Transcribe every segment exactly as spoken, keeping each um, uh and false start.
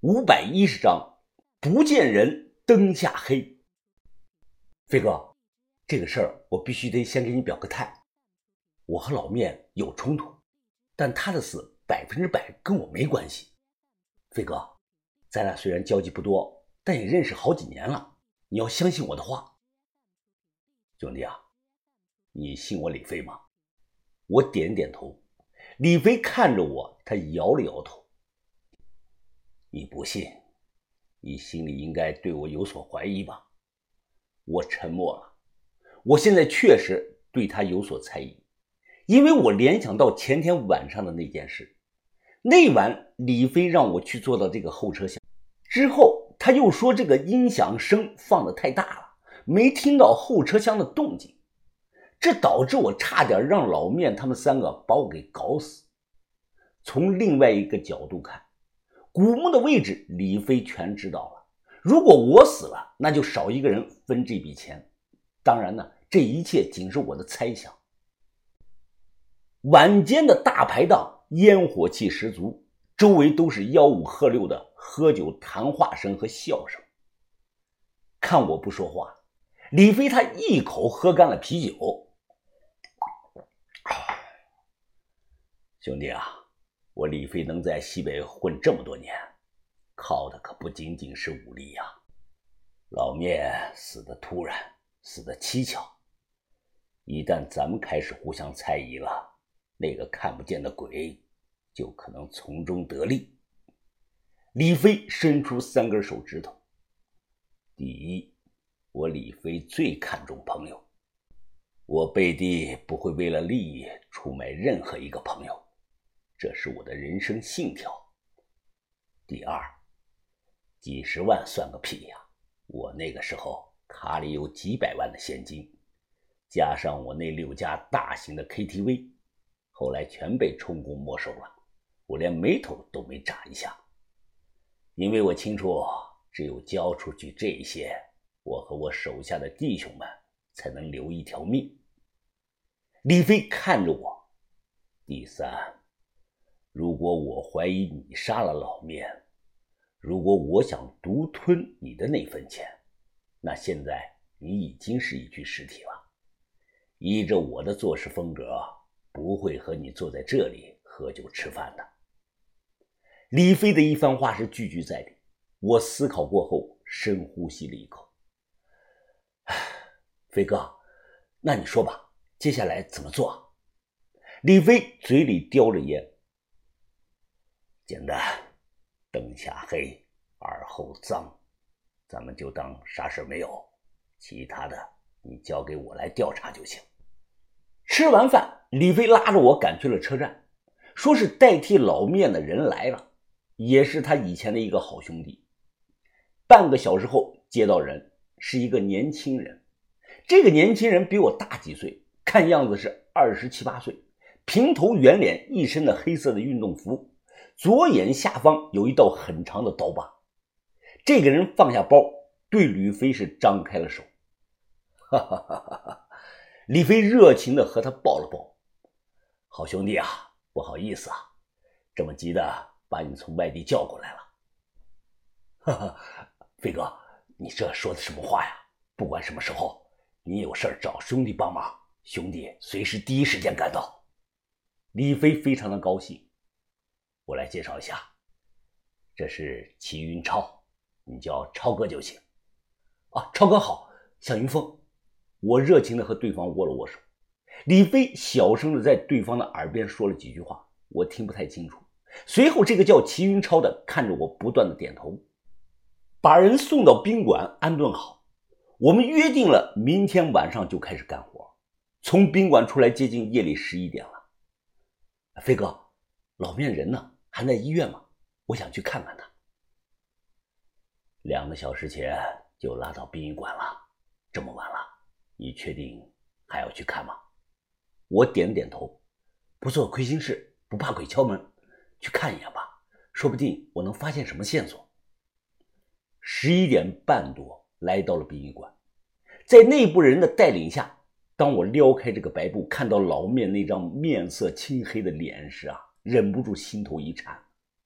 五百一十章，不见人灯下黑。飞哥，这个事儿我必须得先给你表个态。我和老面有冲突，但他的死百分之百跟我没关系。飞哥，咱俩虽然交集不多，但也认识好几年了，你要相信我的话。兄弟啊，你信我李飞吗？我点点头。李飞看着我，他摇了摇头。你不信，你心里应该对我有所怀疑吧？我沉默了。我现在确实对他有所猜疑，因为我联想到前天晚上的那件事。那晚李飞让我去坐到这个后车厢，之后他又说这个音响声放得太大了，没听到后车厢的动静，这导致我差点让老面他们三个把我给搞死。从另外一个角度看，古墓的位置李飞全知道了，如果我死了，那就少一个人分这笔钱。当然呢，这一切仅是我的猜想。晚间的大排档烟火气十足，周围都是吆五喝六的喝酒谈话声和笑声。看我不说话，李飞他一口喝干了啤酒。兄弟啊，我李飞能在西北混这么多年，靠的可不仅仅是武力呀。老面死得突然，死得蹊跷，一旦咱们开始互相猜疑了，那个看不见的鬼就可能从中得利。李飞伸出三根手指头。第一，我李飞最看重朋友，我背地不会为了利益出卖任何一个朋友，这是我的人生信条。第二，几十万算个屁呀，我那个时候卡里有几百万的现金，加上我那六家大型的 K T V， 后来全被充公没收了，我连眉头都没眨一下。因为我清楚，只有交出去这些，我和我手下的弟兄们才能留一条命。李飞看着我。第三，如果我怀疑你杀了老面，如果我想独吞你的那份钱，那现在你已经是一具尸体了。依着我的做事风格，不会和你坐在这里喝酒吃饭的。李飞的一番话是句句在理，我思考过后深呼吸了一口。飞哥，那你说吧，接下来怎么做？李飞嘴里叼着烟。简单，灯下黑，耳后脏，咱们就当啥事没有，其他的你交给我来调查就行。吃完饭，李飞拉着我赶去了车站，说是代替老面的人来了，也是他以前的一个好兄弟。半个小时后接到人，是一个年轻人。这个年轻人比我大几岁，看样子是二十七八岁，平头圆脸，一身的黑色的运动服，左眼下方有一道很长的刀疤。这个人放下包，对吕飞是张开了手。哈哈哈哈！李飞热情地和他抱了抱。好兄弟啊，不好意思啊，这么急的把你从外地叫过来了。哈哈，飞哥，你这说的什么话呀？不管什么时候你有事找兄弟帮忙，兄弟随时第一时间赶到。李飞非常的高兴。我来介绍一下，这是齐云超，你叫超哥就行。啊，超哥好，向云峰。我热情地和对方握了握手。李飞小声地在对方的耳边说了几句话，我听不太清楚。随后这个叫齐云超的看着我不断地点头，把人送到宾馆安顿好。我们约定了明天晚上就开始干活。从宾馆出来接近夜里十一点了。飞哥，老面人呢？还在医院吗？我想去看看他。两个小时前就拉到殡仪馆了，这么晚了，你确定还要去看吗？我点点头。不做亏心事，不怕鬼敲门，去看一眼吧，说不定我能发现什么线索。十一点半多来到了殡仪馆，在内部人的带领下，当我撩开这个白布，看到老面那张面色青黑的脸时啊，忍不住心头一颤。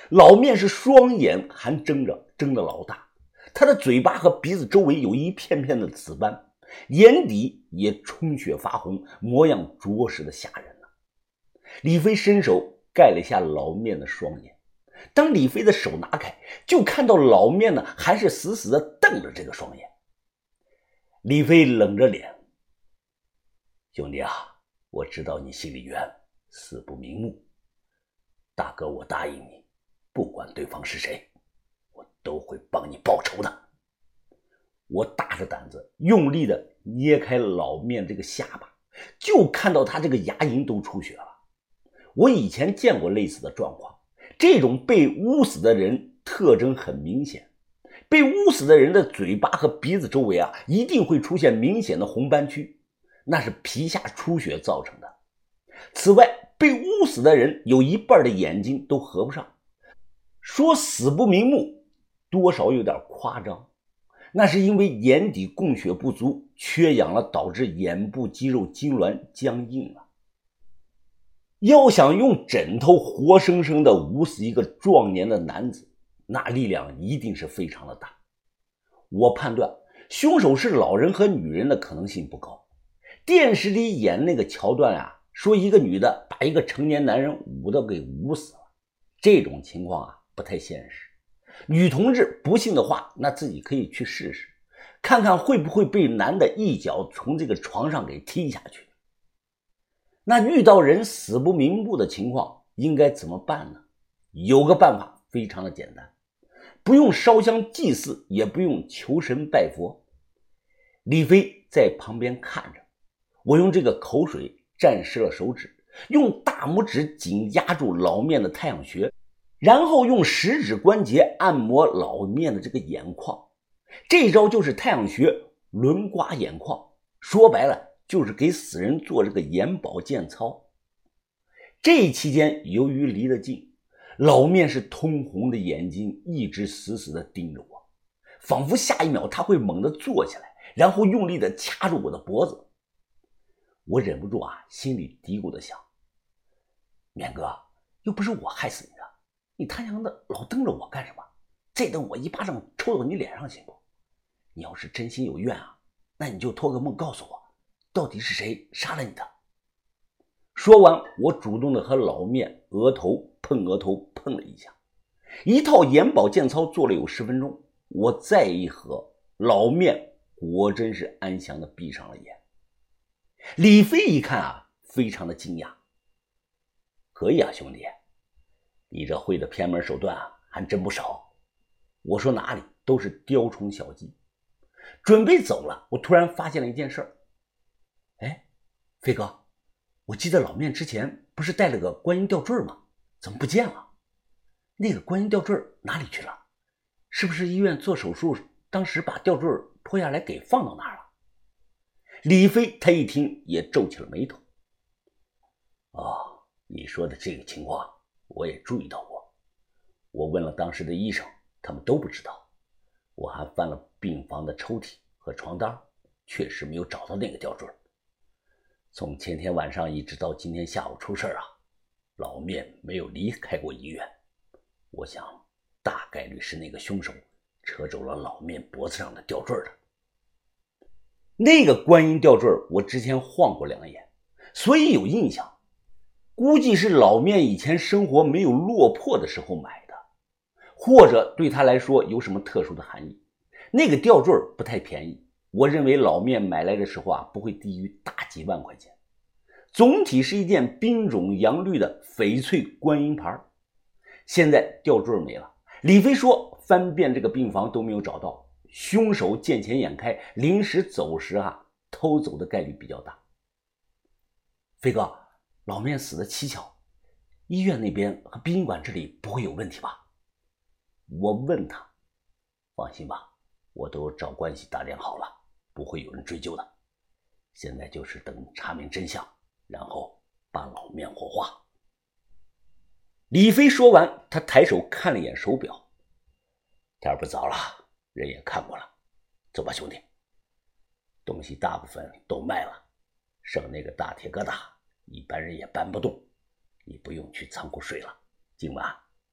老面是双眼还睁着，睁得老大，他的嘴巴和鼻子周围有一片片的紫斑，眼底也充血发红，模样着实的吓人了。李飞伸手盖了一下老面的双眼，当李飞的手拿开，就看到老面呢还是死死的瞪着这个双眼。李飞冷着脸，兄弟啊，我知道你心里冤，死不瞑目，大哥我答应你，不管对方是谁，我都会帮你报仇的。我大着胆子用力的捏开老面这个下巴，就看到他这个牙龈都出血了。我以前见过类似的状况，这种被捂死的人特征很明显，被捂死的人的嘴巴和鼻子周围啊，一定会出现明显的红斑区，那是皮下出血造成的。此外，被捂死的人有一半的眼睛都合不上，说死不瞑目多少有点夸张，那是因为眼底供血不足，缺氧了，导致眼部肌肉痉挛僵硬了。要想用枕头活生生的捂死一个壮年的男子，那力量一定是非常的大。我判断凶手是老人和女人的可能性不高。电视里演那个桥段啊，说一个女的把一个成年男人捂的给捂死了，这种情况啊不太现实。女同志不信的话，那自己可以去试试，看看会不会被男的一脚从这个床上给踢下去。那遇到人死不瞑目的情况应该怎么办呢？有个办法非常的简单，不用烧香祭祀，也不用求神拜佛。李飞在旁边看着，我用这个口水沾湿了手指，用大拇指紧压住老面的太阳穴，然后用食指关节按摩老面的这个眼眶。这招就是太阳穴轮刮眼眶，说白了就是给死人做这个眼保健操。这期间由于离得近，老面是通红的眼睛一直死死地盯着我，仿佛下一秒他会猛地坐起来，然后用力地掐住我的脖子。我忍不住啊，心里嘀咕地想，面哥，又不是我害死你的，你他娘的老瞪着我干什么？再等我一巴掌抽到你脸上行不？你要是真心有怨啊，那你就托个梦告诉我，到底是谁杀了你的？说完，我主动的和老面额头碰额头碰了一下，一套眼保健操做了有十分钟，我再一合，老面果真是安详的闭上了眼。李飞一看啊，非常的惊讶，可以啊兄弟，你这会的偏门手段啊还真不少。我说哪里，都是雕虫小技。准备走了，我突然发现了一件事儿。哎，飞哥，我记得老面之前不是带了个观音吊坠吗？怎么不见了？那个观音吊坠哪里去了？是不是医院做手术当时把吊坠脱下来给放到那儿了？李飞他一听也皱起了眉头。哦，你说的这个情况我也注意到过，我问了当时的医生，他们都不知道。我还翻了病房的抽屉和床单，确实没有找到那个吊坠。从前天晚上一直到今天下午出事啊，老面没有离开过医院。我想大概率是那个凶手扯走了老面脖子上的吊坠的。那个观音吊坠我之前晃过两眼，所以有印象，估计是老面以前生活没有落魄的时候买的，或者对他来说有什么特殊的含义。那个吊坠不太便宜，我认为老面买来的时候啊，不会低于大几万块钱。总体是一件冰种洋绿的翡翠观音牌。现在吊坠没了，李飞说翻遍这个病房都没有找到，凶手见钱眼开，临时走时啊，偷走的概率比较大。飞哥，老面死的蹊跷，医院那边和殡仪馆这里不会有问题吧？我问他，放心吧，我都找关系打点好了，不会有人追究的。现在就是等查明真相，然后把老面火化。李飞说完，他抬手看了一眼手表，天不早了，人也看过了，走吧兄弟。东西大部分都卖了，剩那个大铁疙瘩一般人也搬不动，你不用去仓库睡了，今晚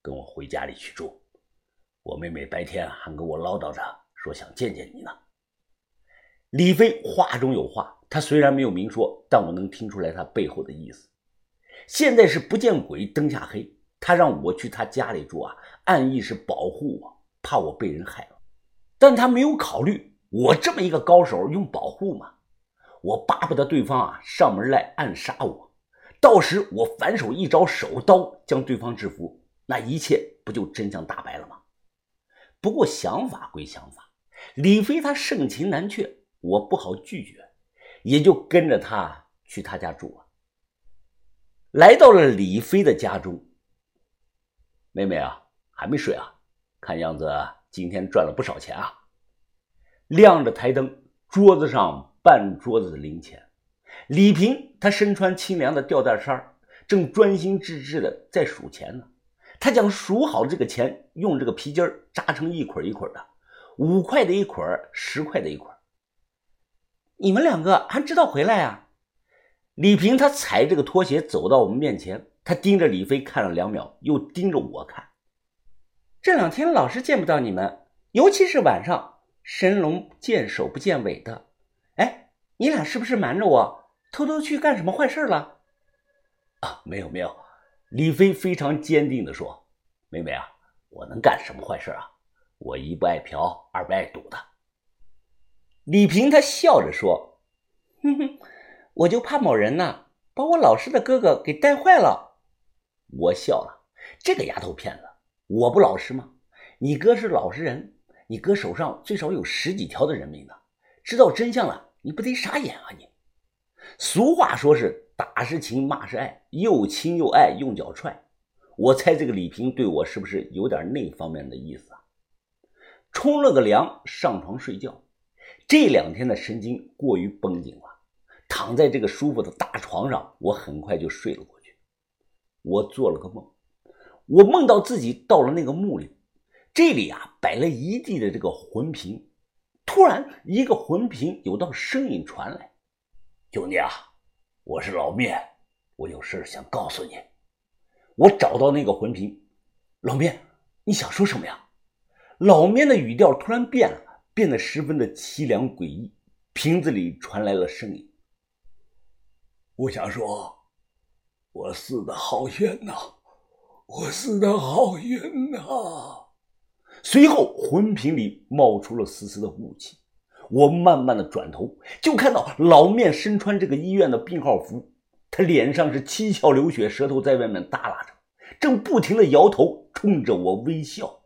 跟我回家里去住。我妹妹白天还跟我唠叨着说想见见你呢。李飞话中有话，他虽然没有明说，但我能听出来他背后的意思。现在是不见鬼灯下黑，他让我去他家里住啊，暗意是保护我，怕我被人害了。但他没有考虑我这么一个高手用保护吗？我巴不得对方啊上门来暗杀我，到时我反手一招手刀将对方制服，那一切不就真相大白了吗？不过想法归想法，李飞他盛情难却，我不好拒绝，也就跟着他去他家住了。来到了李飞的家中，妹妹啊，还没睡啊？看样子今天赚了不少钱啊。亮着台灯，桌子上半桌子的零钱。李平他身穿清凉的吊带衫，正专心致志的在数钱呢。他将数好这个钱用这个皮筋扎成一捆一捆的，五块的一捆，十块的一捆。你们两个还知道回来啊？李平他踩这个拖鞋走到我们面前，他盯着李飞看了两秒，又盯着我看。这两天老是见不到你们，尤其是晚上，神龙见首不见尾的。哎，你俩是不是瞒着我，偷偷去干什么坏事了？啊，没有没有。李飞非常坚定地说，妹妹啊，我能干什么坏事啊？我一不爱嫖，二不爱赌的。李平他笑着说，哼哼，我就怕某人呢，把我老实的哥哥给带坏了。我笑了，这个丫头片子，我不老实吗？你哥是老实人，你哥手上最少有十几条的人命呢，知道真相了，你不得傻眼啊你？俗话说是打是情，骂是爱，又亲又爱，用脚踹。我猜这个李平对我是不是有点那方面的意思啊？冲了个凉，上床睡觉。这两天的神经过于绷紧了，躺在这个舒服的大床上，我很快就睡了过去。我做了个梦，我梦到自己到了那个墓里，这里啊摆了一地的这个魂瓶。突然一个魂瓶有道声音传来，兄弟啊，我是老面，我有事想告诉你。我找到那个魂瓶，老面，你想说什么呀？老面的语调突然变了，变得十分的凄凉诡异。瓶子里传来了声音，我想说，我死得好冤呐，我死得好冤呐。随后魂瓶里冒出了丝丝的雾气，我慢慢的转头，就看到老面身穿这个医院的病号服，他脸上是七窍流血，舌头在外面耷拉着，正不停的摇头，冲着我微笑。